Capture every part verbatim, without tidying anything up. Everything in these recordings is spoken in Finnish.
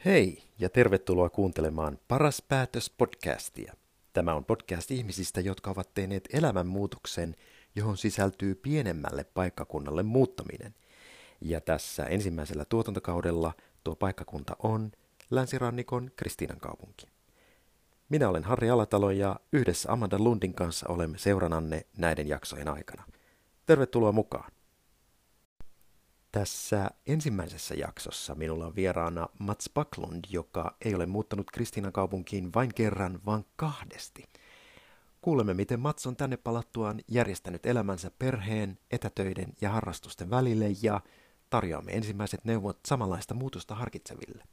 Hei ja tervetuloa kuuntelemaan Paras päätös podcastia. Tämä on podcast ihmisistä, jotka ovat tehneet elämänmuutoksen, johon sisältyy pienemmälle paikkakunnalle muuttaminen. Ja tässä ensimmäisellä tuotantokaudella tuo paikkakunta on Länsirannikon Kristiinankaupunki. Minä olen Harri Alatalo ja yhdessä Amanda Lundin kanssa olemme seurananne näiden jaksojen aikana. Tervetuloa mukaan! Tässä ensimmäisessä jaksossa minulla on vieraana Mats Backlund, joka ei ole muuttanut Kristiinankaupunkiin vain kerran, vaan kahdesti. Kuulemme, miten Mats on tänne palattuaan järjestänyt elämänsä perheen, etätöiden ja harrastusten välille ja tarjoamme ensimmäiset neuvot samanlaista muutosta harkitseville.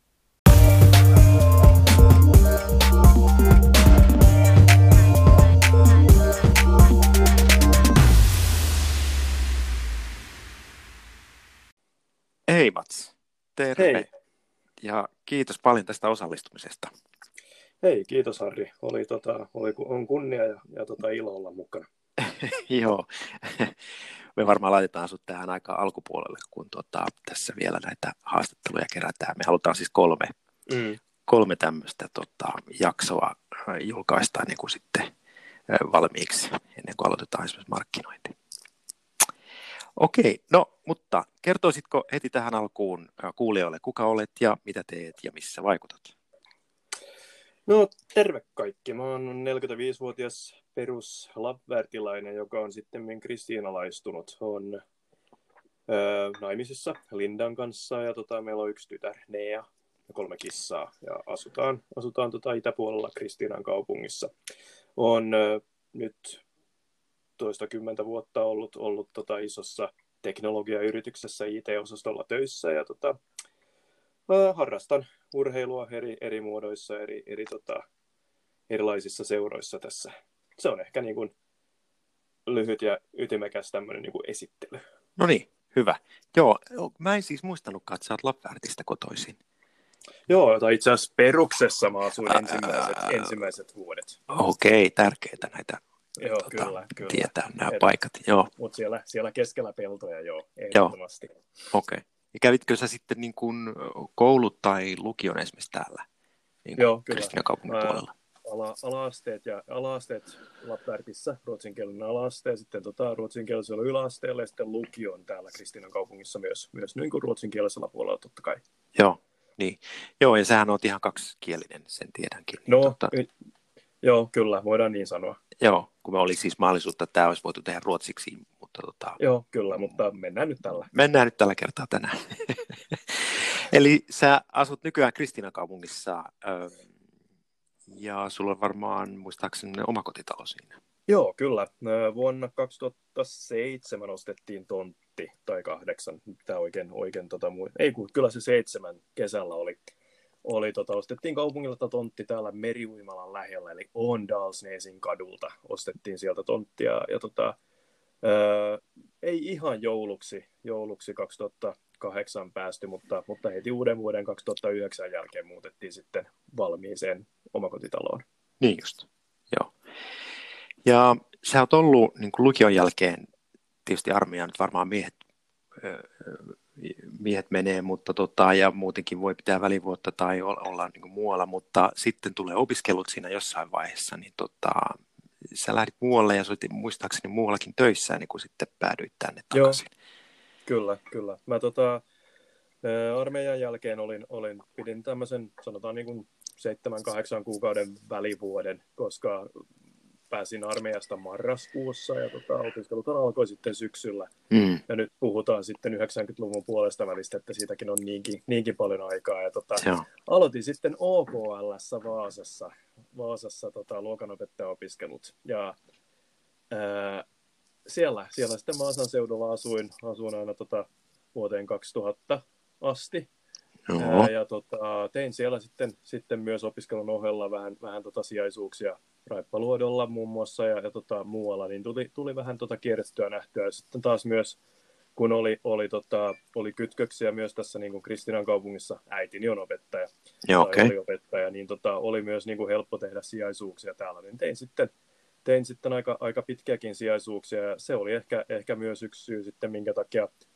Hei Mats, terve Hei. ja kiitos paljon tästä osallistumisesta. Hei, kiitos Harri. Oli, tota, oli, on kunnia ja, ja tota, ilo olla mukana. Joo, me varmaan laitetaan sut tähän aika alkupuolelle, kun tota, tässä vielä näitä haastatteluja kerätään. Me halutaan siis kolme, Mm. kolme tämmöistä tota, jaksoa julkaista niin kuin sitten valmiiksi, ennen kuin aloitetaan esimerkiksi markkinointi. Okei, no mutta kertoisitko heti tähän alkuun kuulijoille, kuka olet ja mitä teet ja missä vaikutat? No terve kaikki. Mä oon neljäkymmentäviisivuotias peruslappvärtiläinen, joka on sitten kristiinalaistunut. On öö, naimisissa Lindan kanssa ja tota, meillä on yksi tytär, Nea, ja kolme kissaa. Ja asutaan, asutaan tota, itäpuolella Kristiinan kaupungissa. On öö, nyt toistakymmentä vuotta ollut, ollut tota, isossa teknologiayrityksessä I T-osastolla töissä ja tota, mä harrastan urheilua eri, eri muodoissa, eri, eri tota, erilaisissa seuroissa tässä. Se on ehkä niin kuin lyhyt ja ytimekäs tämmöinen niin kuin esittely. No niin, hyvä. Joo, mä en siis muistanutkaan, että sä oot Lappeenrantista kotoisin. Joo, tai itse asiassa Peruksessa mä asuin ensimmäiset, ensimmäiset vuodet. Okei, tärkeitä näitä Joo, tota, kyllä, kyllä. tietää nämä Et, paikat. Joo. Mutta siellä, siellä keskellä peltoja joo, ehdottomasti. Joo. Okei. Ja kävitkö sä sitten niin kuin koulut tai lukion esimerkiksi täällä? Niin Joo, kyllä. Kristiinankaupungin puolella. Ala, ala-asteet ja ala-asteet Lappeenrantissa, ruotsinkielinen ala-aste, ja sitten tota, ruotsinkielisellä yläasteella ja sitten lukion täällä Kristiinankaupungissa myös, myös niin kuin ruotsinkielisellä puolella totta kai. Joo, niin. Joo, ja sähän oot ihan kaksikielinen, sen tiedänkin. No, tota... y- joo, kyllä, voidaan niin sanoa. Joo, kun me oli siis mahdollisuutta, että tämä olisi voitu tehdä ruotsiksi, mutta tota... Joo, kyllä, mutta mennään nyt tällä. Mennään nyt tällä kertaa tänään. Eli sä asut nykyään Kristiinankaupungissa, ja sulla on varmaan muistaakseni omakotitalo siinä. Joo, kyllä. Vuonna kaksituhattaseitsemän ostettiin tontti, tai kahdeksan, tämä oikein, oikein tota, ei kun, kyllä se seitsemän kesällä oli. oli tota, ostettiin kaupungilta tontti täällä Meriuimalan lähellä, eli Åndalsnesin kadulta ostettiin sieltä tonttia, ja tota, ää, ei ihan jouluksi, jouluksi kaksituhattakahdeksan päästy, mutta, mutta heti uuden vuoden kaksituhattayhdeksän jälkeen muutettiin sitten valmiiseen omakotitaloon. Niin just, joo. Ja sä oot ollut niin kuin lukion jälkeen, tietysti armeijaan nyt varmaan miehet, miehet menee, mutta tota, ja muutenkin voi pitää välivuotta tai olla niin kuin muualla, mutta sitten tulee opiskelut siinä jossain vaiheessa, niin tota, sä lähdit muualle ja sä olit muistaakseni muuallakin töissä, niin kun sitten päädyit tänne takaisin. Joo, kyllä, kyllä. Mä tota, armeijan jälkeen olin, olin, pidin tämmöisen, sanotaan niin kuin seitsemän, kahdeksan kuukauden välivuoden, koska pääsin armeijasta marraskuussa ja tota, opiskelut alkoi sitten syksyllä. Mm. Ja nyt puhutaan sitten yhdeksänkymmentäluvun puolesta välistä, että siitäkin on niinkin, niinkin paljon aikaa. Ja tota, aloitin sitten O K L:ssä Vaasassa, Vaasassa tota, luokanopettajaopiskelut. Ja ää, siellä, siellä sitten Vaasan seudulla asuin, asuin aina tota, vuoteen kaksituhatta asti. Ää, ja tota, tein siellä sitten, sitten myös opiskelun ohella vähän, vähän tota sijaisuuksia Raippaluodolla muun muassa ja, ja tota, muualla, niin tuli, tuli vähän tota kierrettyä nähtyä. Ja sitten taas myös, kun oli, oli, tota, oli kytköksiä myös tässä niin kuin Kristiinan kaupungissa, äitini on opettaja, Joo, tai okay. oli opettaja, niin tota, oli myös niin kuin helppo tehdä sijaisuuksia täällä. Niin tein sitten, tein sitten aika, aika pitkiäkin sijaisuuksia, ja se oli ehkä, ehkä myös yksi syy sitten, minkä takia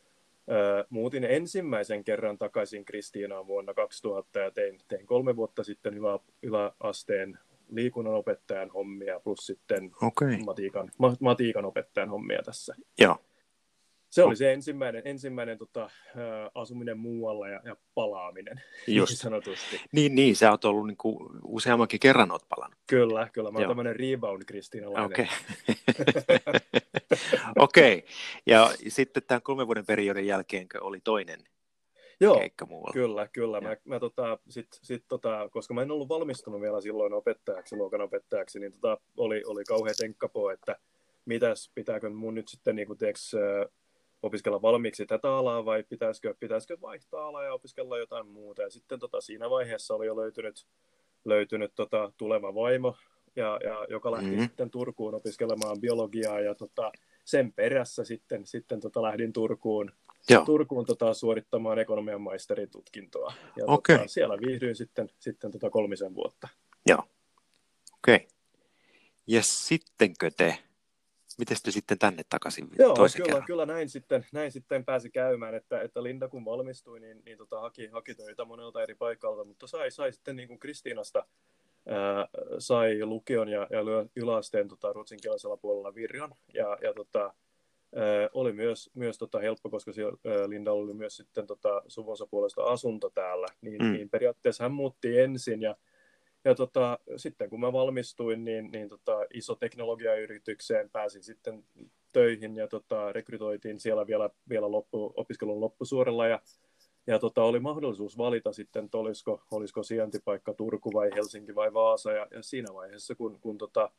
Ö, muutin ensimmäisen kerran takaisin Kristiinaan vuonna kaksituhatta ja tein, tein kolme vuotta sitten ylä, yläasteen liikunnanopettajan hommia plus sitten okay. matiikan, ma, matiikan opettajan hommia tässä. Joo. Se oli se ensimmäinen, ensimmäinen tota, asuminen muualla ja, ja palaaminen, Just. niin sanotusti. Niin, niin, sä oot ollut niinku useammankin kerran oot palannut. Kyllä, kyllä. Mä oon Joo. tämmöinen rebound-kristiinalainen. Okei. Okay. Okei. Okay. Ja sitten tämän kolmen vuoden periodin jälkeen oli toinen Joo, keikka muualla. Kyllä, kyllä. Mä, mä tota, sit, sit, tota, koska mä en ollut valmistunut vielä silloin opettajaksi, luokan opettajaksi, niin tota, oli, oli kauhea tenkkapoo, että mitäs, pitääkö mun nyt sitten niin teeks, opiskella valmiiksi tätä alaa vai pitäisikö, pitäisikö vaihtaa alaa ja opiskella jotain muuta. Ja sitten tota, siinä vaiheessa oli jo löytynyt, löytynyt tota, tuleva vaimo, ja, ja, joka lähti mm-hmm. sitten Turkuun opiskelemaan biologiaa, ja tota, sen perässä sitten, sitten tota, lähdin Turkuun, Turkuun tota, suorittamaan ekonomian maisterin tutkintoa. Ja okay. tota, siellä viihdyin sitten, sitten tota, kolmisen vuotta. Joo, okei. Okay. Ja sittenkö te, miten te sitten tänne takaisin Joo, toisen kyllä, kerran? kyllä näin sitten, näin sitten pääsi käymään, että, että Linda kun valmistui, niin, niin tota, haki, haki töitä monelta eri paikalta, mutta sai, sai sitten niin kuin Kristiinasta ää, sai lukion ja, ja yläasteen tota, ruotsinkielisellä puolella Virjon, ja, ja tota, ää, oli myös, myös tota, helppo, koska siellä, ää, Linda oli myös sitten tota, suvunsa puolesta asunto täällä, niin, mm. niin periaatteessa hän muutti ensin, ja Ja tota, sitten kun mä valmistuin, niin, niin tota, iso teknologiayritykseen pääsin sitten töihin ja tota, rekrytoitiin siellä vielä, vielä loppu, opiskelun loppusuoralla. Ja, ja tota, oli mahdollisuus valita sitten, että olisiko, olisiko sijaintipaikka Turku vai Helsinki vai Vaasa. Ja, ja siinä vaiheessa, kun, kun tota,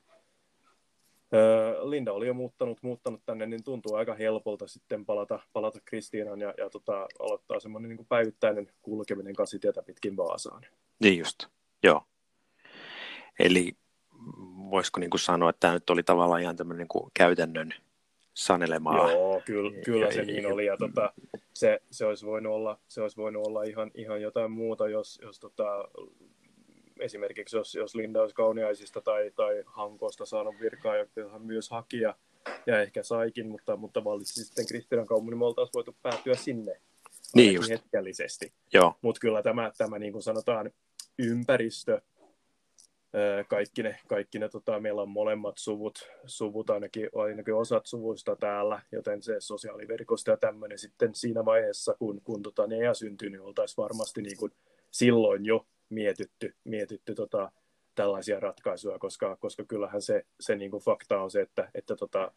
ää, Linda oli jo muuttanut, muuttanut tänne, niin tuntuu aika helpolta sitten palata, palata Kristiinaan ja, ja tota, aloittaa semmoinen niin kuin päivittäinen kulkeminen kasitietä pitkin Vaasaan. Niin just, joo. Eli voisiko niin kuin sanoa, että tämä nyt oli tavallaan ihan tämmöinen niin kuin käytännön sanelemaa. Joo, kyllä, kyllä se niin oli. Ja tota, se, se, olisi voinut olla, se olisi voinut olla ihan, ihan jotain muuta, jos, jos tota, esimerkiksi jos, jos Linda olisi Kauniaisista tai, tai Hankoosta saanut virkaa, joka hän myös haki ja, ja ehkä saikin, mutta, mutta valitsi sitten Kristiinan kaupungin, niin me oltaisiin voitu päätyä sinne niin just hetkellisesti. Mutta kyllä tämä, tämä niin kuin sanotaan ympäristö, Kaikki ne, kaikki ne tota, meillä on molemmat suvut, suvut ainakin, ainakin osat suvuista täällä, joten se sosiaaliverkosto ja tämmöinen sitten siinä vaiheessa, kun, kun tota, Nea syntyi, niin oltaisiin varmasti niin kuin silloin jo mietitty, mietitty tota, tällaisia ratkaisuja, koska, koska kyllähän se, se niin kuin fakta on se, että, että tota,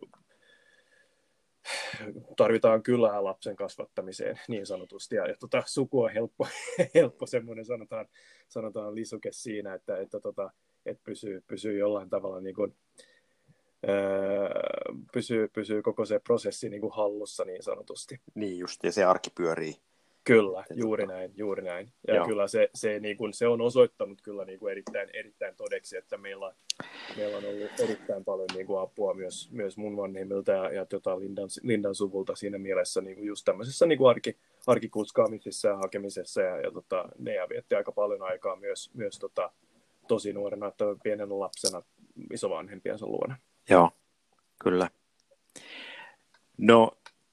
tarvitaan kylää lapsen kasvattamiseen niin sanotusti, ja, ja tota, suku on helppo, helppo semmoinen sanotaan, sanotaan lisuke siinä, että, että, tota, että pysyy, pysyy jollain tavalla niin kuin, öö, pysyy, pysyy koko se prosessi niin kuin hallussa niin sanotusti. Niin just, ja se arki pyörii. Kyllä, juuri näin, juuri näin. Ja Joo. kyllä se, se, niin kuin, se on osoittanut kyllä niin kuin erittäin, erittäin todeksi, että meillä, meillä on ollut erittäin paljon niin kuin apua myös, myös mun vanhemmilta ja, ja tota Lindan, Lindan suvulta siinä mielessä niin kuin just tämmöisessä niin kuin arki, arkikuskaamisessa ja hakemisessa. Ja, ja tota, ne vietti aika paljon aikaa myös, myös tota, tosi nuorena, että pienenä lapsena isovanhempiensa luona. Joo, kyllä. No,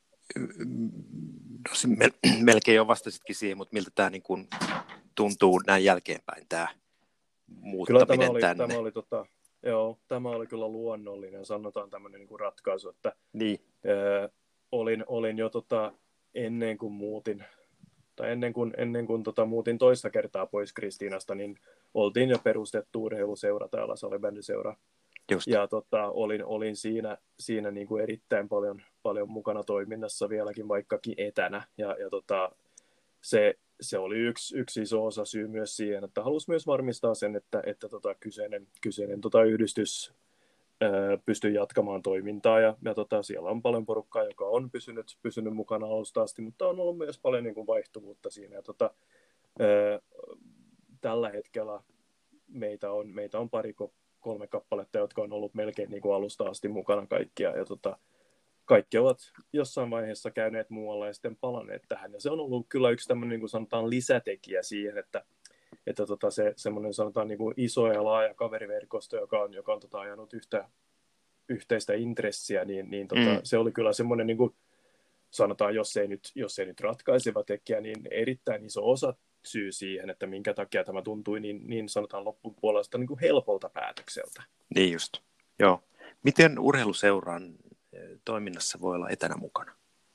no melkein jo vastasitkin siihen, mutta miltä tämä niin kuin tuntuu näin jälkeenpäin, tämä muuttaminen kyllä tämä oli, tänne? Tämä oli, tota, joo, tämä oli kyllä luonnollinen, sanotaan tämmöinen niin kuin ratkaisu, että niin. ö, olin, olin jo tota, ennen kuin muutin, tai ennen kuin, ennen kuin tota, muutin toista kertaa pois Kristiinasta, niin oltiin jo perustettu urheiluseura täällä, salibändiseura. Just. Ja tota, olin, olin siinä, siinä niin kuin erittäin paljon, paljon mukana toiminnassa vieläkin vaikkakin etänä. Ja, ja tota, se, se oli yksi, yksi iso osa syy myös siihen, että halusin myös varmistaa sen, että, että tota, kyseinen, kyseinen tota, yhdistys ää, pystyy jatkamaan toimintaa. Ja, ja tota, siellä on paljon porukkaa, joka on pysynyt, pysynyt mukana alusta asti, mutta on ollut myös paljon niin kuin vaihtuvuutta siinä. Ja, tota, ää, tällä hetkellä meitä on, meitä on pari kolme kappaletta, jotka on ollut melkein niin kuin alusta asti mukana kaikkia, ja tota, kaikki ovat jossain vaiheessa käyneet muualla ja sitten palanneet tähän, ja se on ollut kyllä yksi tämmöinen, niin kuin sanotaan, lisätekijä siihen, että, että tota, se semmoinen, sanotaan, niin kuin iso ja laaja kaveriverkosto, joka on, joka on tota, ajanut yhtä yhteistä intressiä, niin, niin tota, mm. se oli kyllä semmoinen niin kuin sanotaan, jos ei nyt, jos ei nyt ratkaiseva tekijä, niin erittäin iso osa syy siihen, että minkä takia tämä tuntui niin, niin sanotaan loppupuolesta niin kuin helpolta päätökseltä. Niin just, joo. Miten urheiluseuran toiminnassa voi olla etänä mukana?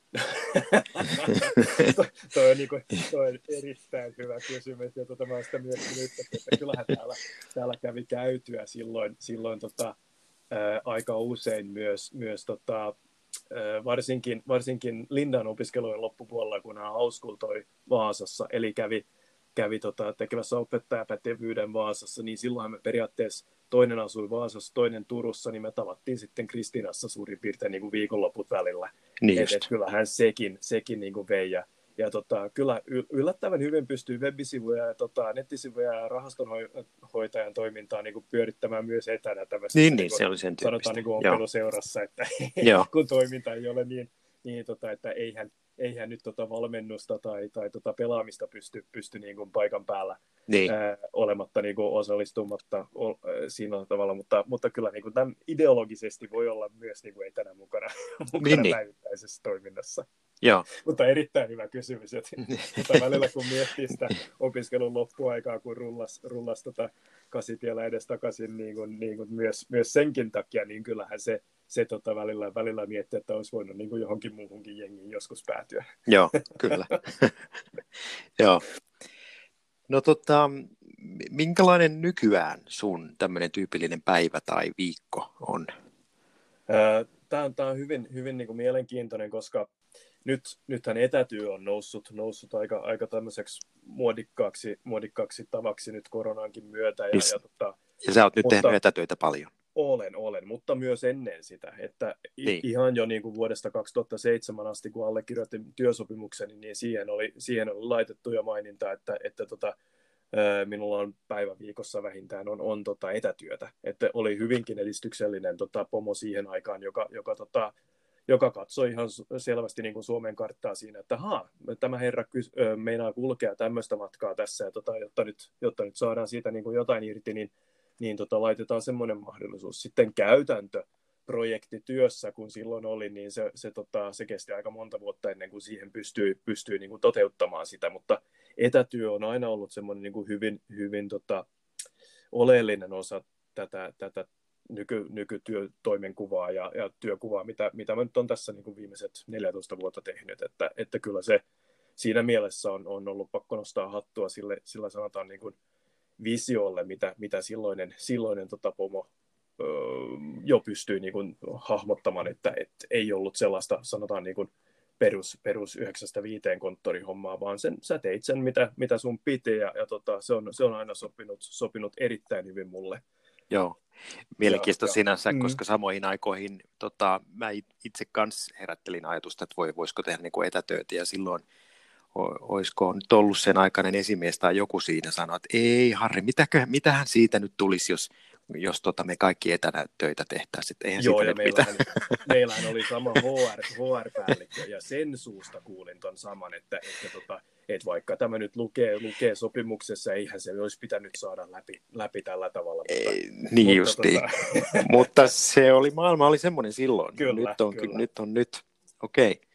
toi, toi, on, niin kuin, toi on erittäin hyvä kysymys, ja tuota, mä olen sitä miettinyt, että kyllähän täällä, täällä kävi käytyä silloin, silloin tota, ää, aika usein myös, myös tota, ää, varsinkin, varsinkin Lindan opiskelujen loppupuolella, kun hän auskultoi Vaasassa, eli kävi, kävi tota, tekemässä opettajapätevyyden Vaasassa, niin silloin me periaatteessa toinen asui Vaasassa, toinen Turussa, niin me tavattiin sitten Kristinassa suurin piirtein niin kuin viikonloput välillä. Niin et, et kyllähän sekin, sekin niin kuin vei. Ja, ja tota, kyllä yllättävän hyvin pystyy web-sivuja ja tota, nettisivuja ja rahastonhoitajan toimintaa niin kuin pyörittämään myös etänä tämmöisessä, niin, niin, niin, se oli sen tyyppistä. sanotaan niin kuin ompeluseurassa, että kun toiminta ei ole niin, niin tota, että eihän, eihän nyt tota valmennusta tai, tai tota pelaamista pysty, pysty niin kuin paikan päällä niin. ää, olematta niin kuin osallistumatta o, siinä tavalla, mutta, mutta kyllä niin kuin tämän ideologisesti voi olla myös niin kuin etänä mukana, mukana niin, päivittäisessä niin. toiminnassa. Joo. Mutta erittäin hyvä kysymys, että, mutta välillä kun miettii sitä opiskelun loppuaikaa, kun rullas, rullas tota kasitiellä edes takaisin niin kuin, niin kuin myös, myös senkin takia, niin kyllähän se, se tota välillä, välillä miettii, että olisi voinut niin kuin johonkin muuhunkin jengiin joskus päätyä. Joo, kyllä. Joo. No tota, minkälainen nykyään sun tämmöinen tyypillinen päivä tai viikko on? Tämä on, tämä on hyvin, hyvin niin kuin mielenkiintoinen, koska nyt, nythän etätyö on noussut, noussut aika, aika tämmöiseksi muodikkaaksi, muodikkaaksi tavaksi nyt koronankin myötä. Ja, Yes. ja, tota, ja sä oot nyt mutta, tehnyt etätöitä paljon. Olen, olen, mutta myös ennen sitä, että niin. ihan jo niin kuin vuodesta kaksituhattaseitsemän asti, kun allekirjoitin työsopimuksen, niin siihen oli, siihen oli laitettu jo maininta, että, että tota, minulla on päivä viikossa vähintään on, on tota etätyötä. Että oli hyvinkin edistyksellinen tota, pomo siihen aikaan, joka, joka, tota, joka katsoi ihan selvästi niin kuin Suomen karttaa siinä, että haa, tämä herra kys- meinaa kulkea tämmöistä matkaa tässä, ja tota, jotta, nyt, jotta nyt saadaan siitä niin kuin jotain irti, niin niin tota, laitetaan semmoinen mahdollisuus. Sitten käytäntö projektityössä, kun silloin oli, niin se, se, tota, se kesti aika monta vuotta ennen kuin siihen pystyi, pystyi niin kuin toteuttamaan sitä, mutta etätyö on aina ollut semmoinen niin kuin hyvin, hyvin tota, oleellinen osa tätä, tätä nyky, nykytyötoimenkuvaa ja, ja työkuvaa, mitä, mitä mä nyt on tässä niin kuin viimeiset neljätoista vuotta tehnyt, että, että kyllä se siinä mielessä on, on ollut pakko nostaa hattua sille, sillä sanotaan niin kuin visiolle, mitä, mitä silloinen, silloinen tota pomo öö, jo pystyi niin kuin hahmottamaan, että et ei ollut sellaista, sanotaan niin kuin perus, perus yhdeksästä viiteen konttorihommaa, vaan sen, sä teit sen, mitä, mitä sun piti, ja, ja tota, se, on, se on aina sopinut, sopinut erittäin hyvin mulle. Joo, mielenkiintoista ja, sinänsä, ja, koska samoihin aikoihin tota, mä itse kanssa herättelin ajatusta, että voi, voisiko tehdä niin kuin etätöitä, ja silloin olisiko nyt ollut sen aikainen esimies tai joku siinä sanoa, että ei Harri, mitäkö, mitähän siitä nyt tulisi, jos, jos tota me kaikki etänä töitä tehtäisiin. Eihän Joo, siitä ja nyt meillähän, mitään. meillähän oli sama H R, H R-päällikkö, ja sen suusta kuulin ton saman, että, että, tota, että vaikka tämä nyt lukee, lukee sopimuksessa, eihän se olisi pitänyt saada läpi, läpi tällä tavalla. Mutta, ei, niin mutta, justiin, tota... mutta se oli, maailma oli semmoinen silloin. Kyllä, nyt, on, kyllä. nyt on nyt, okei. Okay.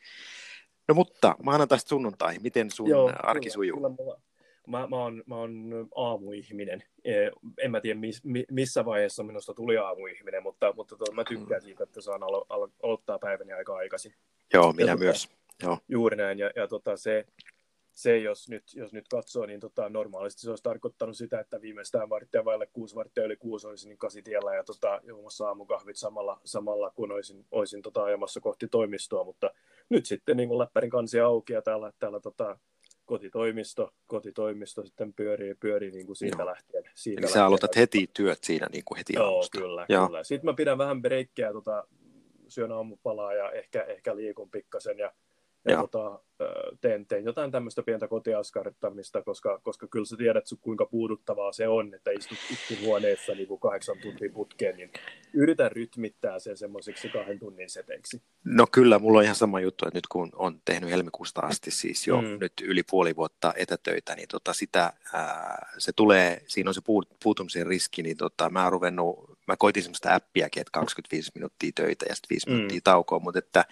No mutta maanantaista sunnuntaihin, miten sun Joo, arki kyllä, sujuu? Kyllä mulla, mä, mä, oon, mä oon aamuihminen. En mä tiedä, miss, missä vaiheessa minusta tuli aamuihminen, mutta, mutta to, mä tykkään siitä, että saan alo, alo, aloittaa päiväni aika aikaisin. Joo, minä ja, myös. Tota, Joo. Juuri näin, ja, ja tota, se, se jos, nyt, jos nyt katsoo, niin tota, normaalisti se olisi tarkoittanut sitä, että viimeistään varttia vaille kuusi varttia yli kuusi olisin niin kasitiellä ja tota, juomassa aamukahvit samalla, samalla kun olisin, olisin tota, ajamassa kohti toimistoa, mutta nyt sitten niin läppärin kansi auki ja täällä, täällä tota, kotitoimisto, kotitoimisto sitten pyörii, pyörii niin kuin siitä Joo. lähtien. Siitä Eli lähtien. Sä aloitat heti työt siinä niin kuin heti Joo, aamusta. kyllä, Joo. kyllä. Sitten mä pidän vähän breikkejä, tota, syön aamupalaa ja ehkä, ehkä liikun pikkasen ja Ja tota, teen, teen jotain tämmöistä pientä kotiaskarttamista, koska, koska kyllä sä tiedät, kuinka puuduttavaa se on, että istut huoneessa niin kuin kahdeksan tuntia putkeen, niin yritän rytmittää sen semmoiseksi kahden tunnin seteiksi. No kyllä, mulla on ihan sama juttu, että nyt kun on tehnyt helmikuusta asti siis jo mm. nyt yli puoli vuotta etätöitä, niin tota sitä, ää, se tulee, siinä on se puutumisen riski, niin tota, mä, ruvennut, mä koitin semmoista appiakin, että kaksikymmentäviisi minuuttia töitä ja sitten viisi mm. minuuttia taukoa, mutta että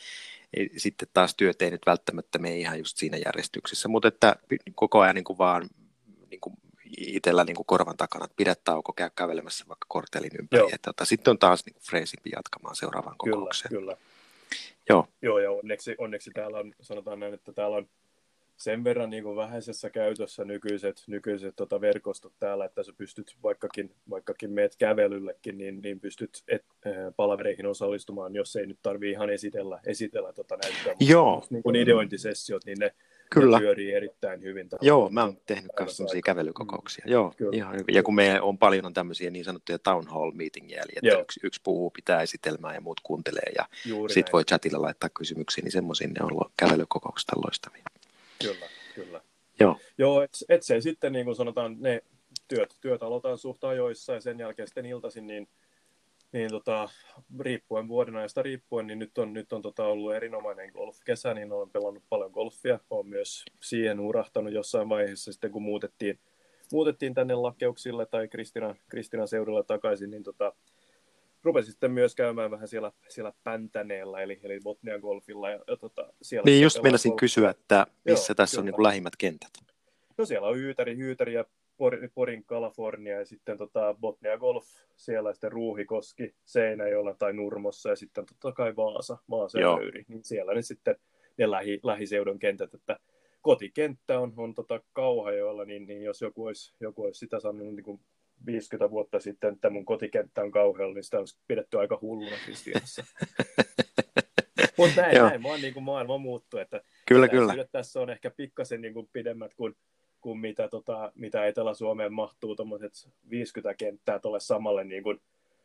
ei, sitten taas työt ei nyt välttämättä mene ihan just siinä järjestyksessä, mutta että koko ajan niin kuin vaan niin kuin itsellä niin kuin korvan takana, että pidä tauko, käy kävelemässä vaikka korttelin ympäri, että tota, sitten on taas niin kuin freesimpi jatkamaan seuraavaan kokoukseen. Kyllä, kyllä. Joo. Joo, ja onneksi, onneksi täällä on, sanotaan näin, että täällä on sen verran niin kuin vähäisessä käytössä nykyiset, nykyiset tota verkostot täällä, että sä pystyt vaikkakin, vaikkakin meet kävelyllekin, niin, niin pystyt et, äh, palavereihin osallistumaan, jos ei nyt tarvitse ihan esitellä, esitellä tota näyttöä. Joo. Niin kuin ideointisessiot, niin ne, Kyllä. ne pyörii erittäin hyvin. Joo, mä oon tehnyt myös sellaisia kävelykokouksia. Mm. Joo, ihan hyvin. Ja kun me on paljon on tämmöisiä niin sanottuja town hall meetingiä, eli että yksi, yksi puhuu, pitää esitelmää ja muut kuuntelee, ja sit voi chatilla laittaa kysymyksiä, niin semmoisia ne on ollut kävelykokoukset loistavia. Kyllä, kyllä. Joo, Joo et, et se sitten, niin kuin sanotaan, ne työt, työt aloitetaan suht ajoissa ja sen jälkeen sitten iltaisin, niin, niin tota, riippuen vuodenajasta riippuen, niin nyt on, nyt on tota ollut erinomainen golf-kesä, niin olen pelannut paljon golfia. Olen myös siihen urahtanut jossain vaiheessa sitten, kun muutettiin, muutettiin tänne Lakeuksille tai Kristinan, Kristinan seudulle takaisin, niin tota, rupesin sitten myös käymään vähän siellä, siellä Päntäneellä, eli, eli Botnian golfilla. Ja, ja tota, siellä niin just meinasin kysyä, että missä Joo, tässä kyllä. on niin kuin lähimmät kentät? No siellä on Hyytäri, Hyytäri ja Porin, Porin Kalifornia ja sitten tota Botnia Golf, siellä sitten Ruuhikoski, Seinäjoella tai Nurmossa ja sitten totta kai Vaasa, Vaasa ja Löyri. Niin siellä ne sitten ne lähi, lähiseudun kentät, että kotikenttä on, on tota Kauhajoella, niin, niin jos joku olisi, joku olisi sitä sanonut niin kuin viisikymmentä vuotta sitten, että mun kotikenttä on Kauhajoella, niin sitä olisi pidetty aika hulluna Kristianassa. Mutta näin, näin vaan niin kuin maailma muuttuu, että kyllä, kyllä. tässä on ehkä pikkasen niin kuin pidemmät kuin kuin mitä, tota, mitä Etelä-Suomeen mahtuu tuommoiset viisikymmentä kenttää tuolle samalle niin kuin,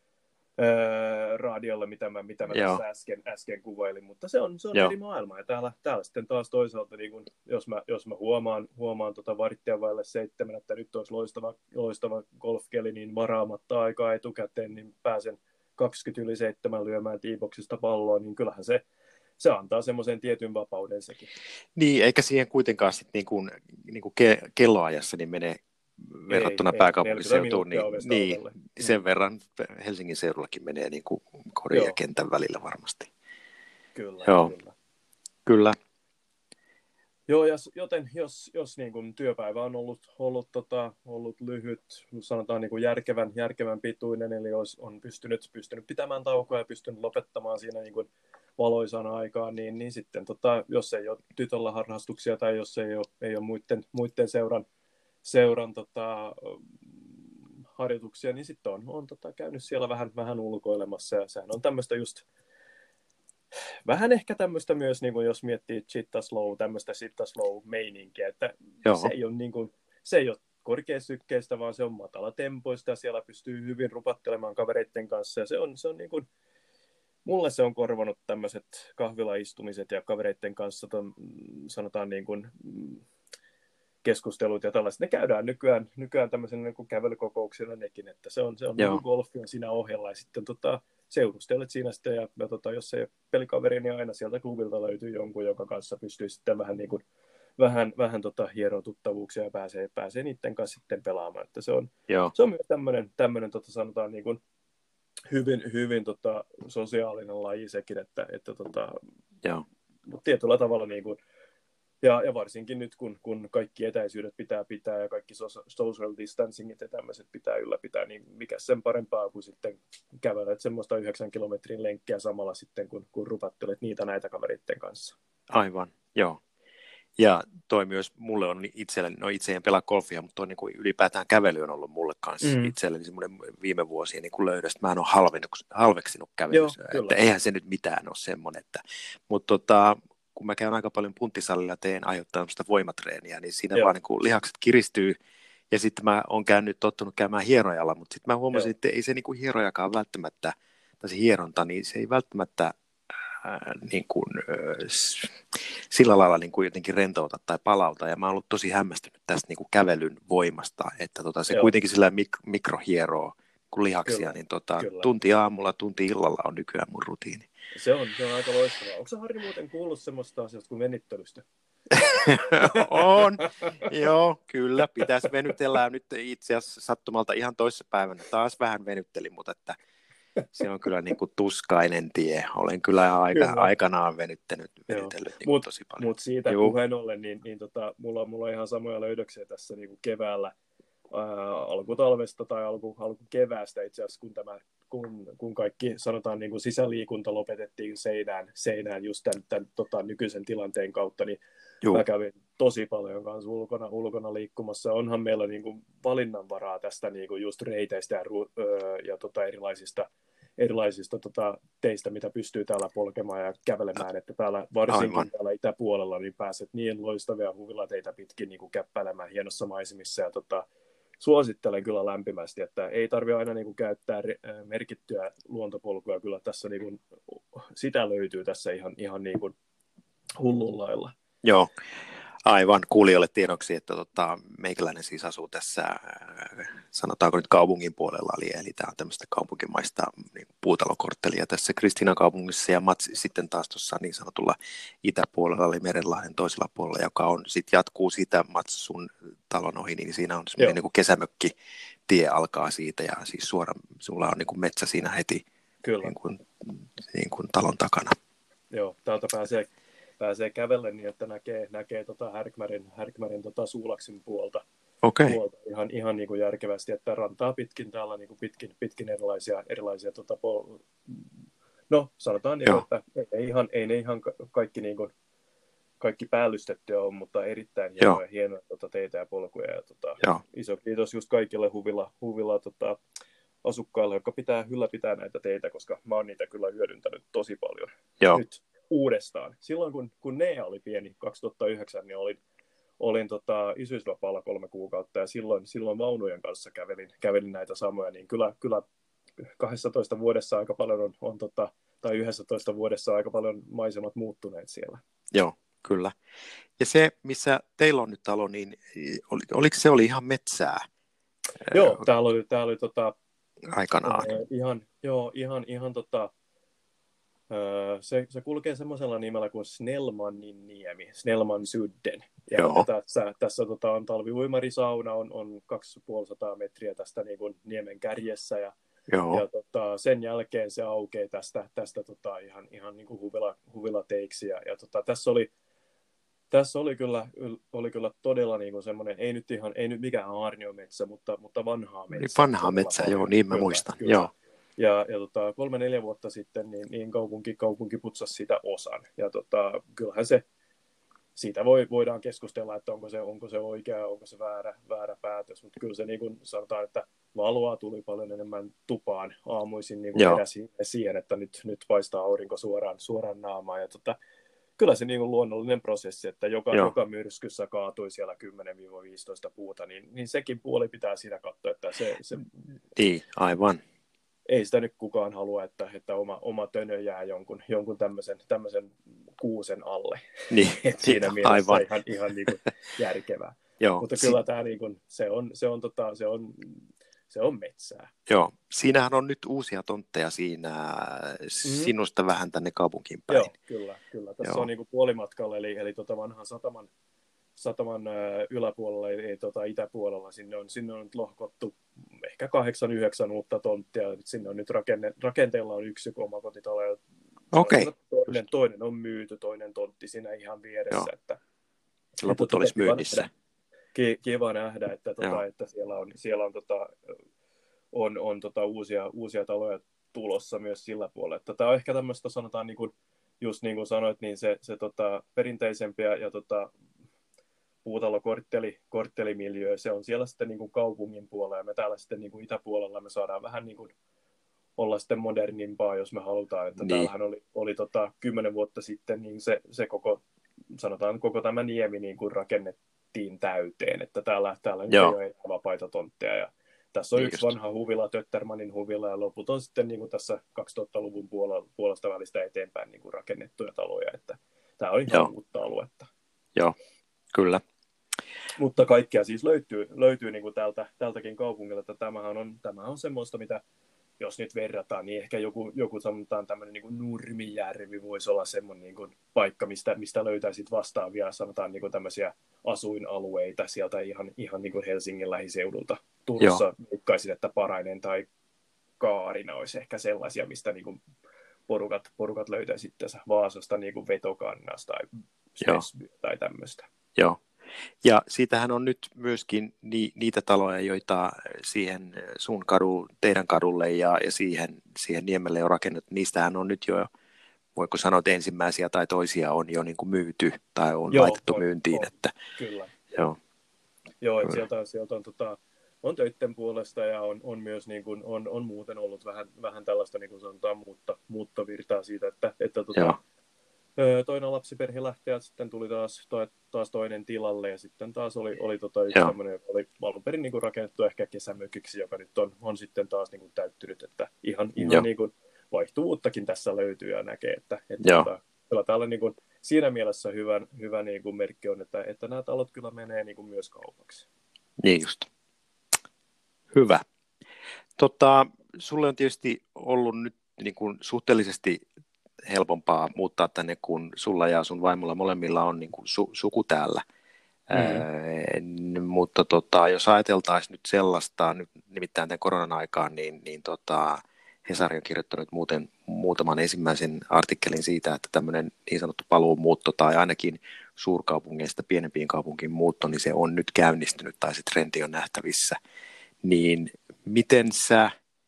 öö, radiolle, mitä mä, mitä mä tässä äsken, äsken kuvailin, mutta se on, se on eri maailma, ja täällä, täällä sitten taas toisaalta, niin kun, jos mä, jos mä huomaan, huomaan tota varttia vaille seitsemän, että nyt olisi loistava, loistava golfkeli, niin varaamatta aikaa etukäteen, niin pääsen kaksikymmentä yli seitsemän lyömään tiiboksista palloa, niin kyllähän se se antaa semmoisen tietyn vapauden sekin. Niin, eikä siihen kuitenkaan sitten niin kuin, niin kuin ke- kelloajassa niin menee verrattuna ei, pääkaupunkiseutuun, niin, niin sen mm. verran Helsingin seudullakin menee niin kuin korin Joo. ja kentän välillä varmasti. Kyllä, Joo. kyllä. Kyllä. Joo, ja joten jos, jos niin kuin työpäivä on ollut, ollut, tota, ollut lyhyt, sanotaan niin kuin järkevän, järkevän pituinen, eli olisi, on pystynyt, pystynyt pitämään taukoa ja pystynyt lopettamaan siinä niin kuin valoisana aikaan, niin, niin sitten tota, jos ei ole tytöllä harrastuksia tai jos ei ole, ei ole muiden, muiden seuran, seuran tota, harjoituksia, niin sitten on, on tota, käynyt siellä vähän, vähän ulkoilemassa, ja sehän on tämmöistä just vähän ehkä tämmöistä myös, niin kuin jos miettii chitta slow, tämmöistä chitta slow meininkiä, että se ei ole, niin kuin, se ei ole korkeasykkeistä, vaan se on matala tempoista ja siellä pystyy hyvin rupattelemaan kavereiden kanssa ja se on, se on niin kuin, mulle se on korvanut tämmöiset kahvilaistumiset ja kavereiden kanssa ton, sanotaan niin kuin, keskustelut ja tällaiset. Ne käydään nykyään, nykyään tämmöisen niin kuin kävelykokouksilla nekin, että se on, se on niin golfi on siinä ohjella ja sitten tota, seurustelet siinä sitten ja, ja tota, jos ei ole pelikaveri, niin aina sieltä klubilta löytyy jonkun, joka kanssa pystyy sitten vähän niin kuin vähän, vähän tota hierotuttavuuksia ja pääsee, pääsee niiden kanssa sitten pelaamaan. Että se on, se on myös tämmöinen, tämmöinen tota, sanotaan niin kuin hyvin, hyvin tota, sosiaalinen laji sekin, että, että tota, tietyllä tavalla niin kuin, ja, ja varsinkin nyt, kun, kun kaikki etäisyydet pitää pitää ja kaikki social distancingit ja tämmöiset pitää ylläpitää, niin mikä sen parempaa kuin sitten kävelet semmoista yhdeksän kilometrin lenkkiä samalla sitten, kun, kun rupattelet niitä näitä kaveritten kanssa. Aivan, joo. Ja toi myös mulle on itselleni, no itse en pelaa golfia, mutta toi niin kuin ylipäätään kävely on ollut mulle kanssa mm. itselleni semmoinen viime vuosien niin kuin löydös. Mä en ole halveksinut kävelyssä, Joo, että eihän se nyt mitään ole semmoinen. Että, mutta tota, kun mä käyn aika paljon punttisalilla ja teen aiheuttaa sitä voimatreeniä, niin siinä Joo. vaan niin kuin lihakset kiristyy. Ja sitten mä oon käynyt tottunut käymään hierojalla, mutta sitten mä huomasin, Joo. että ei se niin kuin hierojakaan välttämättä, tai se hieronta, niin se ei välttämättä niin kuin, sillä lailla niin kuin jotenkin rentouta tai palauta, ja mä oon ollut tosi hämmästynyt tästä niin kuin kävelyn voimasta, että tota, se Joo. kuitenkin sillä mik- mikrohieroo kuin lihaksia, kyllä, niin tota, tunti aamulla, tunti illalla on nykyään mun rutiini. Se on, se on aika loistavaa. Onko sä, Harri, muuten kuullut semmoista asiasta kuin venyttelystä? On, joo, kyllä, pitäisi venytellä, nyt itse asiassa sattumalta ihan toisessa päivänä taas vähän venyttelin, mutta että se on kyllä niin kuin tuskainen tie. Olen kyllä aika, Kyllä. aikanaan venyttänyt, venytellyt niin Mutta tosi paljon. mut siitä Juu. puheen ollen, niin, niin tota, mulla, mulla on ihan samoja löydöksiä tässä niin kuin keväällä, ää, alkutalvesta tai alku, alkukeväästä itse asiassa, kun, tämä, kun, kun kaikki sanotaan niin kuin sisäliikunta lopetettiin seinään, seinään just tämän, tämän tota, nykyisen tilanteen kautta, niin Juu. mä kävin tosi paljon kanssa ulkona, ulkona liikkumassa. Onhan meillä niin kuin valinnanvaraa tästä niin kuin just reiteistä ja, öö, ja tota erilaisista erilaisista tota, teistä, mitä pystyy täällä polkemaan ja kävelemään, että täällä, varsinkin Aivan. täällä itäpuolella niin pääset niin loistavia huvilateitä pitkin niin kuin käppäilemään hienossa maisemissa, ja tota, suosittelen kyllä lämpimästi, että ei tarvitse aina niin kuin käyttää re- merkittyä luontopolkuja, kyllä tässä niin kuin, sitä löytyy tässä ihan, ihan niin kuin hullun lailla. Joo, aivan kuulijoille tiedoksi, että tota, meikäläinen siis asuu tässä, äh, sanotaanko nyt kaupungin puolella, eli, eli tämä on tämmöistä kaupunkimaista niin puutalokorttelia tässä Kristiinan kaupungissa, ja Mats sitten taas tuossa niin sanotulla itäpuolella, eli Merenlahden toisella puolella, joka on sitten jatkuu siitä Mats sun talon ohi, niin siinä on semmoinen niin kuin kesämökki, tie alkaa siitä, ja siis suora, sulla on niin kuin metsä siinä heti niin kuin, niin kuin talon takana. Joo, täältä pääsee pääsee kävelle niin, että näkee, näkee tota Härkmärin, Härkmärin tota Suulaksin puolta, okay. puolta ihan, ihan niin kuin järkevästi, että rantaa pitkin täällä niin kuin pitkin, pitkin erilaisia, erilaisia tota, pol- no sanotaan, niin kuin, että ei ne ihan, ei ne ihan kaikki, niin kuin, kaikki päällystettyä on, mutta erittäin hienoja, hienoja tota, teitä ja polkuja. Ja, tota, iso kiitos just kaikille huvilla, huvilla tota, asukkaille, jotka pitää ylläpitää näitä teitä, koska mä oon niitä kyllä hyödyntänyt tosi paljon Joo. nyt uudestaan. Silloin kun, kun Nea oli pieni, kaksituhattayhdeksän, niin olin, olin tota, isyysvapaalla kolme kuukautta, ja silloin, silloin vaunujen kanssa kävelin, kävelin näitä samoja, niin kyllä, kyllä kaksitoista vuodessa aika paljon on, on tota, tai yksitoista vuodessa aika paljon maisemat muuttuneet siellä. Joo, kyllä. Ja se, missä teillä on nyt talo, niin oli, oliko se oli ihan metsää? Joo, täällä oli, täällä oli tota, aikanaan. Äh, ihan, joo, ihan, ihan tota, äh, se, se kulkee semmoisella nimellä kuin Snellmanin niemi, Snellmansudden. Ja, ja tässä, tässä tota, on talviuimarisauna, on, on kaksituhattaviisisataa metriä tästä niin kuin niemen kärjessä, ja, ja tota, sen jälkeen se aukeaa tästä, tästä tota, ihan, ihan niin kuin huvila, huvilateiksi. Ja, ja tota, tässä oli Tässä oli kyllä, oli kyllä todella niin kuin semmoinen, ei nyt ihan, ei nyt mikään aarniometsä, mutta, mutta vanhaa metsää. Vanhaa metsää, joo, niin mä kyllä, muistan. Kyllä. Joo. Ja, ja tota, kolme, neljä vuotta sitten niin, niin kaupunki, kaupunki putsasi sitä osan. Ja tota, kyllähän se, siitä voi, voidaan keskustella, että onko se, onko se oikea, onko se väärä, väärä päätös. Mutta kyllä se niin kuin sanotaan, että valoa tuli paljon enemmän tupaan aamuisin, niin kuin heräsin siihen, että nyt, nyt paistaa aurinko suoraan, suoraan naamaan. Ja tota, kyllä se niin kuin luonnollinen prosessi, että joka, joka myrskyssä kaatui siellä kymmenen viisitoista puuta, niin, niin sekin puoli pitää siinä katsoa, että se, se niin, aivan. Ei sitä nyt kukaan halua, että, että oma, oma tönö jää jonkun, jonkun tämmöisen, tämmöisen kuusen alle. Niin, siinä mielessä aivan. ihan, ihan niin kuin järkevää. Joo. Mutta kyllä si- tämä niin kuin, se, on, se, on, tota, se, on, se on metsää. Joo, siinähän on nyt uusia tontteja siinä mm-hmm. sinusta vähän tänne kaupunkiin päin. Joo, kyllä. kyllä. Tässä Joo. on niin kuin puolimatkalla, eli, eli tota vanhan sataman, sataman ö, yläpuolella, eli tota itäpuolella. Sinne on, sinne on nyt lohkottu ehkä kahdeksan, yhdeksän uutta tonttia. Sinne on nyt rakenne, rakenteella on yksi omakotitalo. Okei. Toinen, toinen on myyty, toinen tontti siinä ihan vieressä. Joo. Että, loput että, olisi myynnissä. Kiva, kiva nähdä, että, tota, että siellä on, siellä on, tota, on, on tota, uusia, uusia taloja tulossa myös sillä puolella. Että tämä on ehkä tämmöistä, sanotaan, niin kuin, just niin kuin sanoit, niin se, se tota, perinteisempiä ja tota, puutalokortteli, korttelimiljöö, se on siellä sitten niin kuin kaupungin puolella, ja me täällä sitten niin kuin itäpuolella me saadaan vähän niin kuin olla sitten modernimpaa, jos me halutaan, että niin. Täällähän oli, oli tota, kymmenen vuotta sitten, niin se, se koko, sanotaan koko tämä niemi niin kuin rakennettiin täyteen, että täällä, täällä nyt ei ole vapaita tontteja, ja tässä on niin yksi just. vanha huvila, Töttermanin huvila, ja loput on sitten niin kuin tässä kaksituhattaluvun puolella, puolesta välistä eteenpäin niin kuin rakennettuja taloja, että tämä on ihan Joo. uutta aluetta. Joo, kyllä. Mutta kaikkea siis löytyy, löytyy niin kuin tältä, tältäkin kaupungilta, että tämähän on, tämähän on semmoista, mitä jos nyt verrataan, niin ehkä joku, joku sanotaan tämmöinen niin kuin Nurmijärvi voisi olla semmoinen niin kuin paikka, mistä, mistä löytäisit vastaavia, sanotaan niin kuin tämmöisiä asuinalueita sieltä ihan, ihan niin kuin Helsingin lähiseudulta. Turussa veikkaisin, että Parainen tai Kaarina olisi ehkä sellaisia, mistä niin kuin porukat, porukat löytää sitten Vaasasta niin kuin Vetokannasta tai Spesby tai tämmöistä. Joo. Ja siitähän on nyt myöskin ni, niitä taloja, joita siihen sun kadu, teidän kadulle ja, ja siihen, siihen Niemelle on rakennettu. Niistähän on nyt jo, voiko sanoa, että ensimmäisiä tai toisia on jo niin kuin myyty tai on Joo, laitettu on, myyntiin. on, Että, kyllä. joo. Joo, että sieltä, sieltä on, tota, on töitten puolesta ja on, on myös niin kuin, on, on muuten ollut vähän, vähän tällaista niin kuin sanotaan muutta, muuttovirtaa siitä, että, että tota, toinen lapsiperhe lähti ja sitten tuli taas, to, taas toinen tilalle ja sitten taas oli, oli tota yksi tämmöinen, joka oli alun perin niin kuin rakennettu ehkä kesämökiksi, joka nyt on, on sitten taas niin kuin täyttynyt, että ihan, ihan niin kuin vaihtuvuuttakin tässä löytyy ja näkee, että, että tota, kyllä täällä niin kuin, siinä mielessä hyvä, hyvä niin kuin merkki on, että, että nämä talot kyllä menee niin kuin myös kaupaksi. Niin just. Hyvä. Tota, sulle on tietysti ollut nyt niin kuin suhteellisesti helpompaa muuttaa tänne, kun sulla ja sun vaimolla molemmilla on niin kuin su- suku täällä. Mm-hmm. Ää, mutta tota, jos ajateltaisiin nyt sellaista, nyt nimittäin tämän koronan aikaan, niin, niin tota, Hesari on kirjoittanut muuten muutaman ensimmäisen artikkelin siitä, että tämmöinen niin sanottu paluumuutto tai ainakin suurkaupungeista pienempiin kaupunkiin muutto, niin se on nyt käynnistynyt tai se trendi on nähtävissä. Niin miten sä,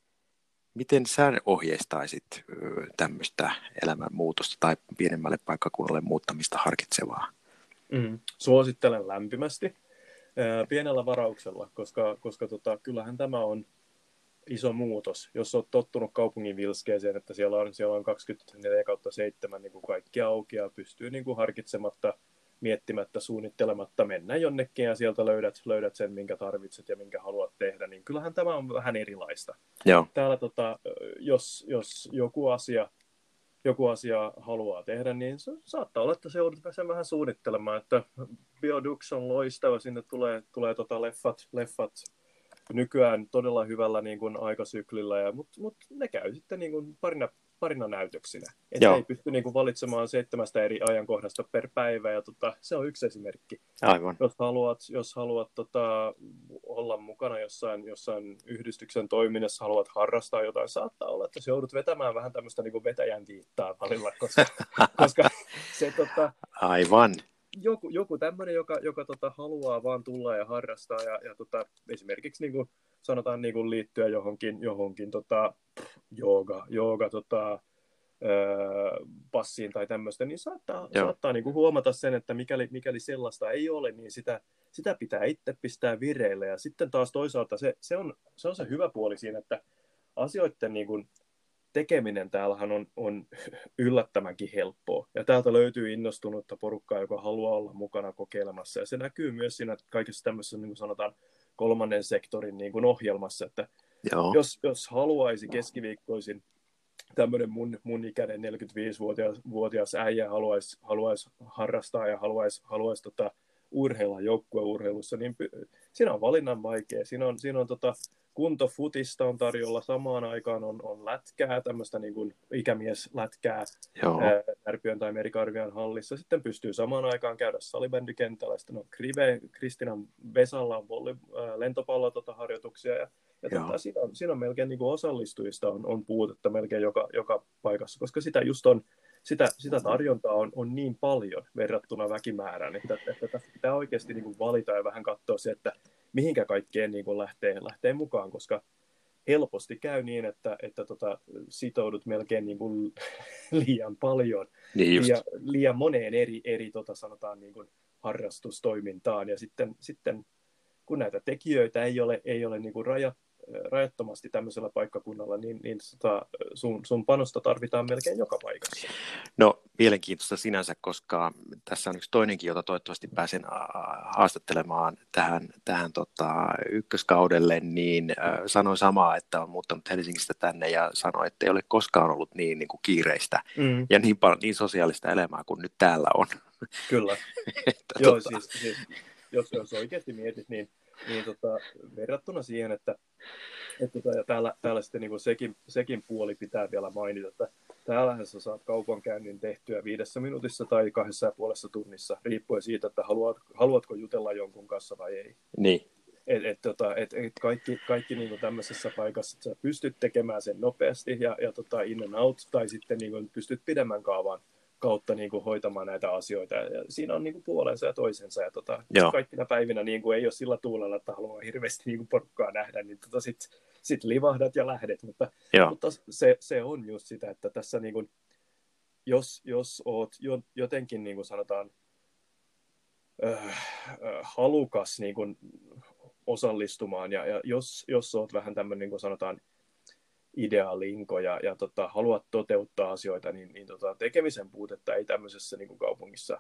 miten sä ohjeistaisit tämmöistä elämänmuutosta tai pienemmälle paikkakunnalle muuttamista harkitsevaa? Mm, suosittelen lämpimästi ää, pienellä varauksella, koska, koska tota, kyllähän tämä on iso muutos. Jos olet tottunut kaupungin vilskeeseen, että siellä on, siellä on kaksikymmentäneljä kautta seitsemän niin kuin kaikki auki ja pystyy niin kuin harkitsematta, miettimättä, suunnittelematta mennä jonnekin ja sieltä löydät, löydät sen, minkä tarvitset ja minkä haluat tehdä, niin kyllähän tämä on vähän erilaista. Joo. Täällä tota, jos, jos joku asia joku asia haluaa tehdä, niin se saattaa olla, että se joudut sen vähän suunnittelemaan, että Biodux on loistava, sinne tulee, tulee tota leffat, leffat nykyään todella hyvällä niin kuin aikasyklillä, mutta mut ne käy sitten niin kuin parina, parina näytöksinä. Että ei pysty niin kuin valitsemaan seitsemästä eri ajankohdasta per päivä, ja tota, se on yksi esimerkki. Aivan. Jos haluat, jos haluat tota, olla mukana jossain, jossain yhdistyksen toiminnassa, haluat harrastaa jotain, saattaa olla, että se joudut vetämään vähän tämmöistä niin kuin vetäjän viittaa välillä, koska, koska se tota, Aivan. joku, joku tämmöinen, joka, joka tota, haluaa vaan tulla ja harrastaa ja, ja tota, esimerkiksi niin kuin, sanotaan niin kuin liittyä johonkin, johonkin tota, jooga, jooga tota, öö, passiin tai tämmöistä, niin saattaa, saattaa niin kuin huomata sen, että mikäli, mikäli sellaista ei ole, niin sitä, sitä pitää itse pistää vireille. Ja sitten taas toisaalta se, se, on, se on se hyvä puoli siinä, että asioiden niin kuin tekeminen täällähän on, on yllättävänkin helppoa. Ja täältä löytyy innostunutta porukkaa, joka haluaa olla mukana kokeilemassa. Ja se näkyy myös siinä kaikessa tämmöisessä, niin kuin sanotaan, kolmannen sektorin niin kuin ohjelmassa, että jos, jos haluaisi keskiviikkoisin tämmöinen mun, mun ikäinen neljäkymmentäviisivuotias vuotias äijä haluaisi, haluaisi harrastaa ja haluaisi, haluaisi tota, urheilla joukkueurheilussa, niin siinä on valinnan vaikea. Siinä on, siinä on tota, kuntofutista on tarjolla, samaan aikaan on, on lätkää, tämmöistä niin kuin ikämieslätkää Närpiön tai Merikarvian hallissa. Sitten pystyy samaan aikaan käydä salibändikentällä. Sitten on Krive, Kristinan Vesalla on volley, ää, lentopallo tota, harjoituksia. Ja, ja tota, siinä, on, siinä on melkein niin kuin osallistujista on, on puutetta melkein joka, joka paikassa, koska sitä just on, sitä, sitä tarjontaa on, on niin paljon verrattuna väkimäärään, että, että tästä pitää oikeasti niin kuin valita ja vähän katsoa se, että mihinkä kaikkeen niin kuin lähtee, lähtee mukaan, koska helposti käy niin, että, että tota, sitoudut melkein niin kuin liian paljon, niin liian, liian moneen eri, eri tota, sanotaan niin kuin harrastustoimintaan, ja sitten, sitten kun näitä tekijöitä ei ole, ei ole niin kuin rajat, rajattomasti tämmöisellä paikkakunnalla, niin, niin tota, sun, sun panosta tarvitaan melkein joka paikassa. No, mielenkiintoista sinänsä, koska tässä on yksi toinenkin, jota toivottavasti pääsen haastattelemaan tähän, tähän tota, ykköskaudelle, niin äh, sanoi samaa, että on muuttanut Helsingistä tänne ja sanoi, että ei ole koskaan ollut niin, niin kuin kiireistä mm. ja niin, paljon, niin sosiaalista elämää kuin nyt täällä on. Kyllä. että, Joo, tota... siis, siis jos, jos oikeasti mietit, niin niin tota, verrattuna siihen, että, että tota, ja täällä, täällä sitten niin kuin sekin, sekin puoli pitää vielä mainita, että täällähän sä saat kaupankäynnin tehtyä viidessä minuutissa tai kahdessa ja puolessa tunnissa, riippuen siitä, että haluat, haluatko jutella jonkun kanssa vai ei. Niin. Et, et, tota, et, et kaikki kaikki niin kuin tämmöisessä paikassa, että sä pystyt tekemään sen nopeasti ja, ja tota, in and out, tai sitten niin kuin pystyt pidemmän kaavan kautta niin kuin hoitamaan näitä asioita. Ja siinä on niin kuin puolensa ja toisensa. Ja tota, kaikkina päivinä niin kuin ei ole sillä tuulella, että haluaa hirveästi niin kuin porukkaa nähdä, niin tota, sitten sit livahdat ja lähdet. Mutta, mutta se, se on just sitä, että tässä niin kuin, jos, jos oot jotenkin niin kuin sanotaan äh, äh, halukas niin kuin osallistumaan, ja, ja jos, jos olet vähän tämmöinen, niin kuin sanotaan, idealinko ja, ja tota, haluat toteuttaa asioita, niin, niin tota, tekemisen puutetta ei tämmöisessä niin kuin kaupungissa,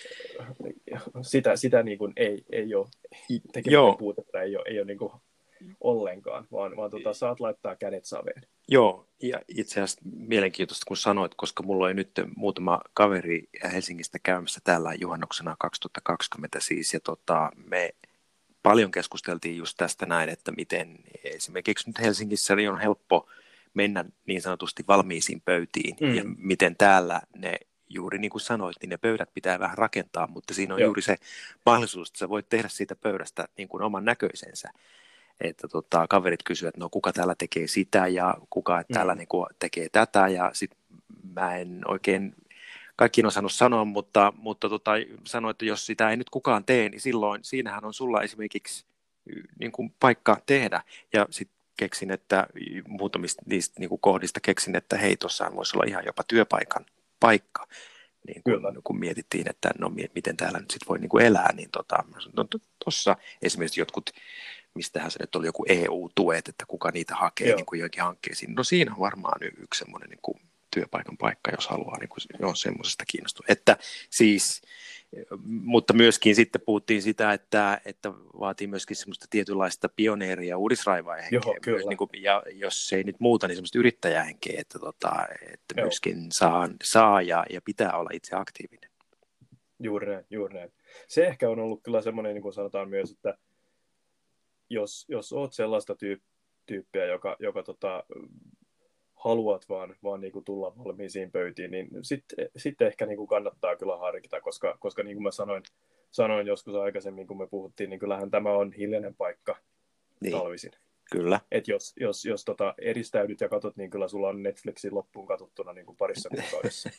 sitä, sitä niin kuin ei, ei ole, tekemisen Joo. puutetta ei ole, ei ole niin kuin ollenkaan, vaan, vaan tota, saat laittaa kädet saveen. Joo, ja itse asiassa mielenkiintoista, kun sanoit, koska mulla oli nyt muutama kaveri Helsingistä käymässä täällä juhannuksena kaksituhattakaksikymmentä siis, ja tota, me paljon keskusteltiin just tästä näin, että miten esimerkiksi nyt Helsingissä niin on helppo mennä niin sanotusti valmiisiin pöytiin, mm. ja miten täällä ne, juuri niin kuin sanoit, niin ne pöydät pitää vähän rakentaa, mutta siinä on Joo. juuri se mahdollisuus, että sä voit tehdä siitä pöydästä niin kuin oman näköisensä. Että tota, kaverit kysyvät, että no kuka täällä tekee sitä ja kuka täällä mm. niin kuin, tekee tätä, ja sitten mä en oikein kaikki en osannut sanoa, mutta, mutta tota, sanoin, että jos sitä ei nyt kukaan tee, niin silloin siinähän on sulla esimerkiksi niin kuin paikka tehdä. Ja sitten keksin, että muutamista niistä niin kuin kohdista keksin, että hei, tuossa voisi olla ihan jopa työpaikan paikka. Niin kun, kun mietittiin, että no miten täällä nyt sit voi niin kuin elää, niin tuossa tota, no, esimerkiksi jotkut, mistähän se nyt oli joku E U-tuet, että kuka niitä hakee niin kuin joihinkin hankkeisiin. No siinä on varmaan yksi semmoinen niin kuin työpaikan paikka, jos haluaa niin kuin, on semmoisesta kiinnostua. Että siis, mutta myöskin sitten puhuttiin sitä, että, että vaatii myöskin semmoista tietynlaista pioneeria ja uudisraivaajahenkeä. Niin kuin, ja jos ei nyt muuta, niin semmoista yrittäjähenkeä, että, tota, että myöskin saa, saa ja, ja pitää olla itse aktiivinen. Juuri näin, juuri näin. Se ehkä on ollut kyllä semmoinen, niin kuin sanotaan myös, että jos, jos oot sellaista tyyp, tyyppiä, joka, joka tota, haluat vaan, vaan niin kuin tulla valmiisiin pöytiin, niin sitten sit ehkä niin kuin kannattaa kyllä harkita, koska, koska niin kuin mä sanoin, sanoin joskus aikaisemmin, kun me puhuttiin, niin kyllähän tämä on hiljainen paikka niin. talvisin. Kyllä. Et jos jos, jos tota eristäydyt ja katot, niin kyllä sulla on Netflixin loppuun katsottuna niin kuin parissa kuukaudessa.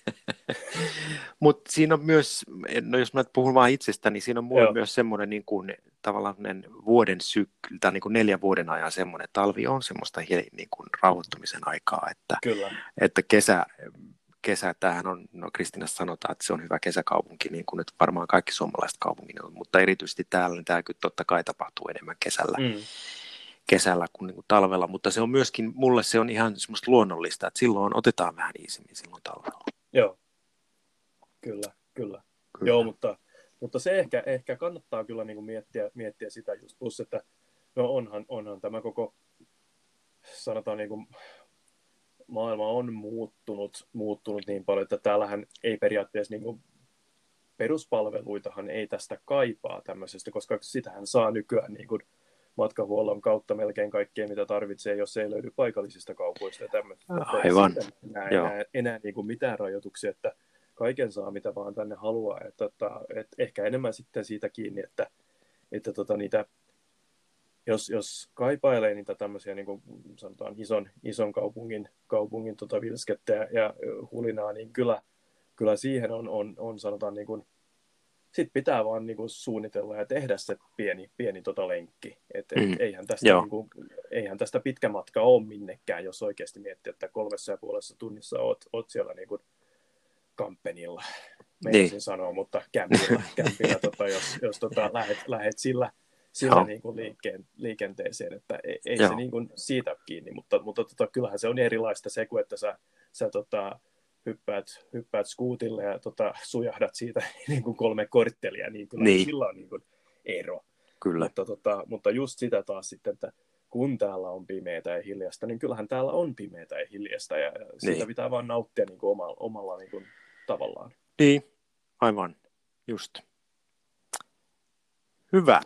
Mutta siinä on myös, no jos mä puhun vaan itsestä, niin siinä on mulle Joo. myös semmoinen niin kuin, tavallaan vuoden sykli, tai niin kuin neljän vuoden ajan semmoinen, talvi on semmoista niin kuin rauhoittumisen aikaa, että, kyllä. että kesä, kesä, tämähän on, no Kristiinassa sanotaan, että se on hyvä kesäkaupunki, niin kuin nyt varmaan kaikki suomalaiset kaupungit on, mutta erityisesti täällä, niin tämä kyllä totta kai tapahtuu enemmän kesällä. Mm. kesällä kuin, niin kuin talvella, mutta se on myöskin, mulle se on ihan semmoista luonnollista, että silloin otetaan vähän iisimmin silloin talvella. Joo, kyllä, kyllä. kyllä. Joo, mutta, mutta se ehkä, ehkä kannattaa kyllä niin kuin miettiä, miettiä sitä just, plus että no onhan, onhan tämä koko, sanotaan niin kuin, maailma on muuttunut, muuttunut niin paljon, että täällähän ei periaatteessa niin kuin, peruspalveluitahan ei tästä kaipaa tämmöisestä, koska sitähän saa nykyään niin kuin matkahuollon kautta melkein kaikkea, mitä tarvitsee, jos ei löydy paikallisista kaupoista ja tämmöistä. Aivan. Enää, enää, enää niin kuin mitään rajoituksia, että kaiken saa, mitä vaan tänne haluaa. Että, että, että ehkä enemmän sitten siitä kiinni, että, että tota, niitä, jos, jos kaipailee niitä tämmöisiä niin kuin sanotaan ison, ison kaupungin, kaupungin tota vilskettä ja, ja hulinaa, niin kyllä, kyllä siihen on, on, on sanotaan niin kuin sitten pitää vaan niinku suunnitella ja tehdä se pieni, pieni tota lenkki. Et, et mm. eihän, tästä niinku, eihän tästä pitkä matka ole minnekään, jos oikeasti miettii, että kolmessa ja puolessa tunnissa oot, oot siellä niinku kampenilla. Meinasin niin. sanoa, mutta kämpillä, kämpillä tota, jos, jos tota, lähet, lähet sillä, sillä niinku liikkeen, liikenteeseen. Että ei, ei se niinku siitä ole kiinni, mutta, mutta tota, kyllähän se on erilaista se, kun että sä, sä tota, hyppäät, hyppäät skuutille ja tota, sujahdat siitä niin kuin kolme korttelia, niin kyllä niin. sillä on niin kuin ero. Kyllä. Mutta, tota, mutta just sitä taas sitten, että kun täällä on pimeätä ja hiljasta, niin kyllähän täällä on pimeätä ja hiljasta, ja niin. siitä pitää vaan nauttia niin kuin omalla, omalla niin kuin tavallaan. Niin, aivan, just. Hyvä.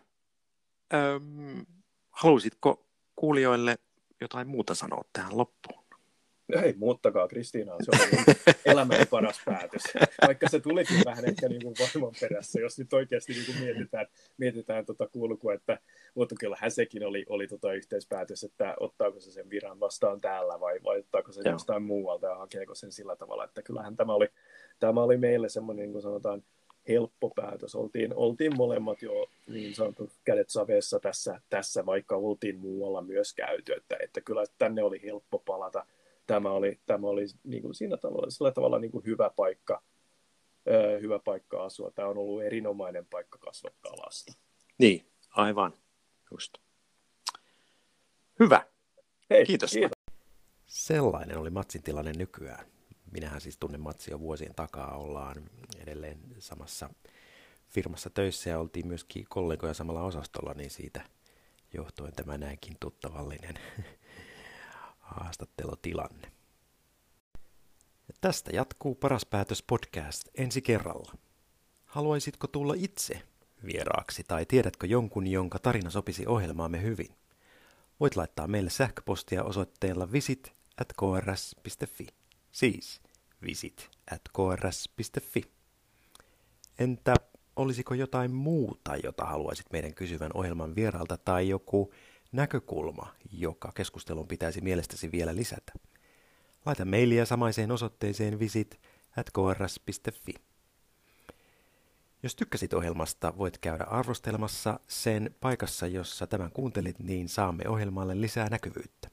Öm, haluaisitko kuulijoille jotain muuta sanoa tähän loppuun? Ei, muuttakaa Kristiinaan, se on niin elämäni paras päätös. Vaikka se tulikin vähän ehkä niin kuin vaimon perässä, jos nyt oikeasti niin kuin mietitään, mietitään tota kulkua, että mutta kyllähän sekin oli, oli tota yhteispäätös, että ottaako se sen viran vastaan täällä vai, vai ottaako se jostain muualta ja hakeeko sen sillä tavalla, että kyllähän tämä oli, tämä oli meille semmoinen, niin kuin sanotaan, helppo päätös. Oltiin, oltiin molemmat jo niin sanotut kädet saveessa tässä, tässä, vaikka oltiin muualla myös käyty, että, että kyllä tänne oli helppo palata. Tämä oli, tämä oli niin kuin siinä tavalla, sillä tavalla niin kuin hyvä paikka, öö, hyvä paikka asua. Tämä on ollut erinomainen paikka kasvattaa lasta. Niin, aivan. Just. Hyvä. Hei, kiitos. kiitos. Sellainen oli Matsin tilanne nykyään. Minähän siis tunnen Matsi jo vuosien takaa. Ollaan edelleen samassa firmassa töissä ja oltiin myöskin kollegoja samalla osastolla, niin siitä johtuen tämä näinkin tuttavallinen haastattelutilanne. Ja tästä jatkuu Paras päätös podcast ensi kerralla. Haluaisitko tulla itse vieraaksi tai tiedätkö jonkun, jonka tarina sopisi ohjelmaamme hyvin? Voit laittaa meille sähköpostia osoitteella visit at k r s piste f i. Siis visit at k r s piste f i. Entä olisiko jotain muuta, jota haluaisit meidän kysyvän ohjelman vieraalta tai joku näkökulma, joka keskustelun pitäisi mielestäsi vielä lisätä? Laita mailia samaiseen osoitteeseen visit at k r s piste f i. Jos tykkäsit ohjelmasta, voit käydä arvostelemassa sen paikassa, jossa tämän kuuntelit, niin saamme ohjelmalle lisää näkyvyyttä.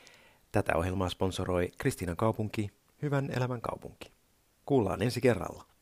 Tätä ohjelmaa sponsoroi Kristiinan kaupunki, Hyvän elämän kaupunki. Kuullaan ensi kerralla.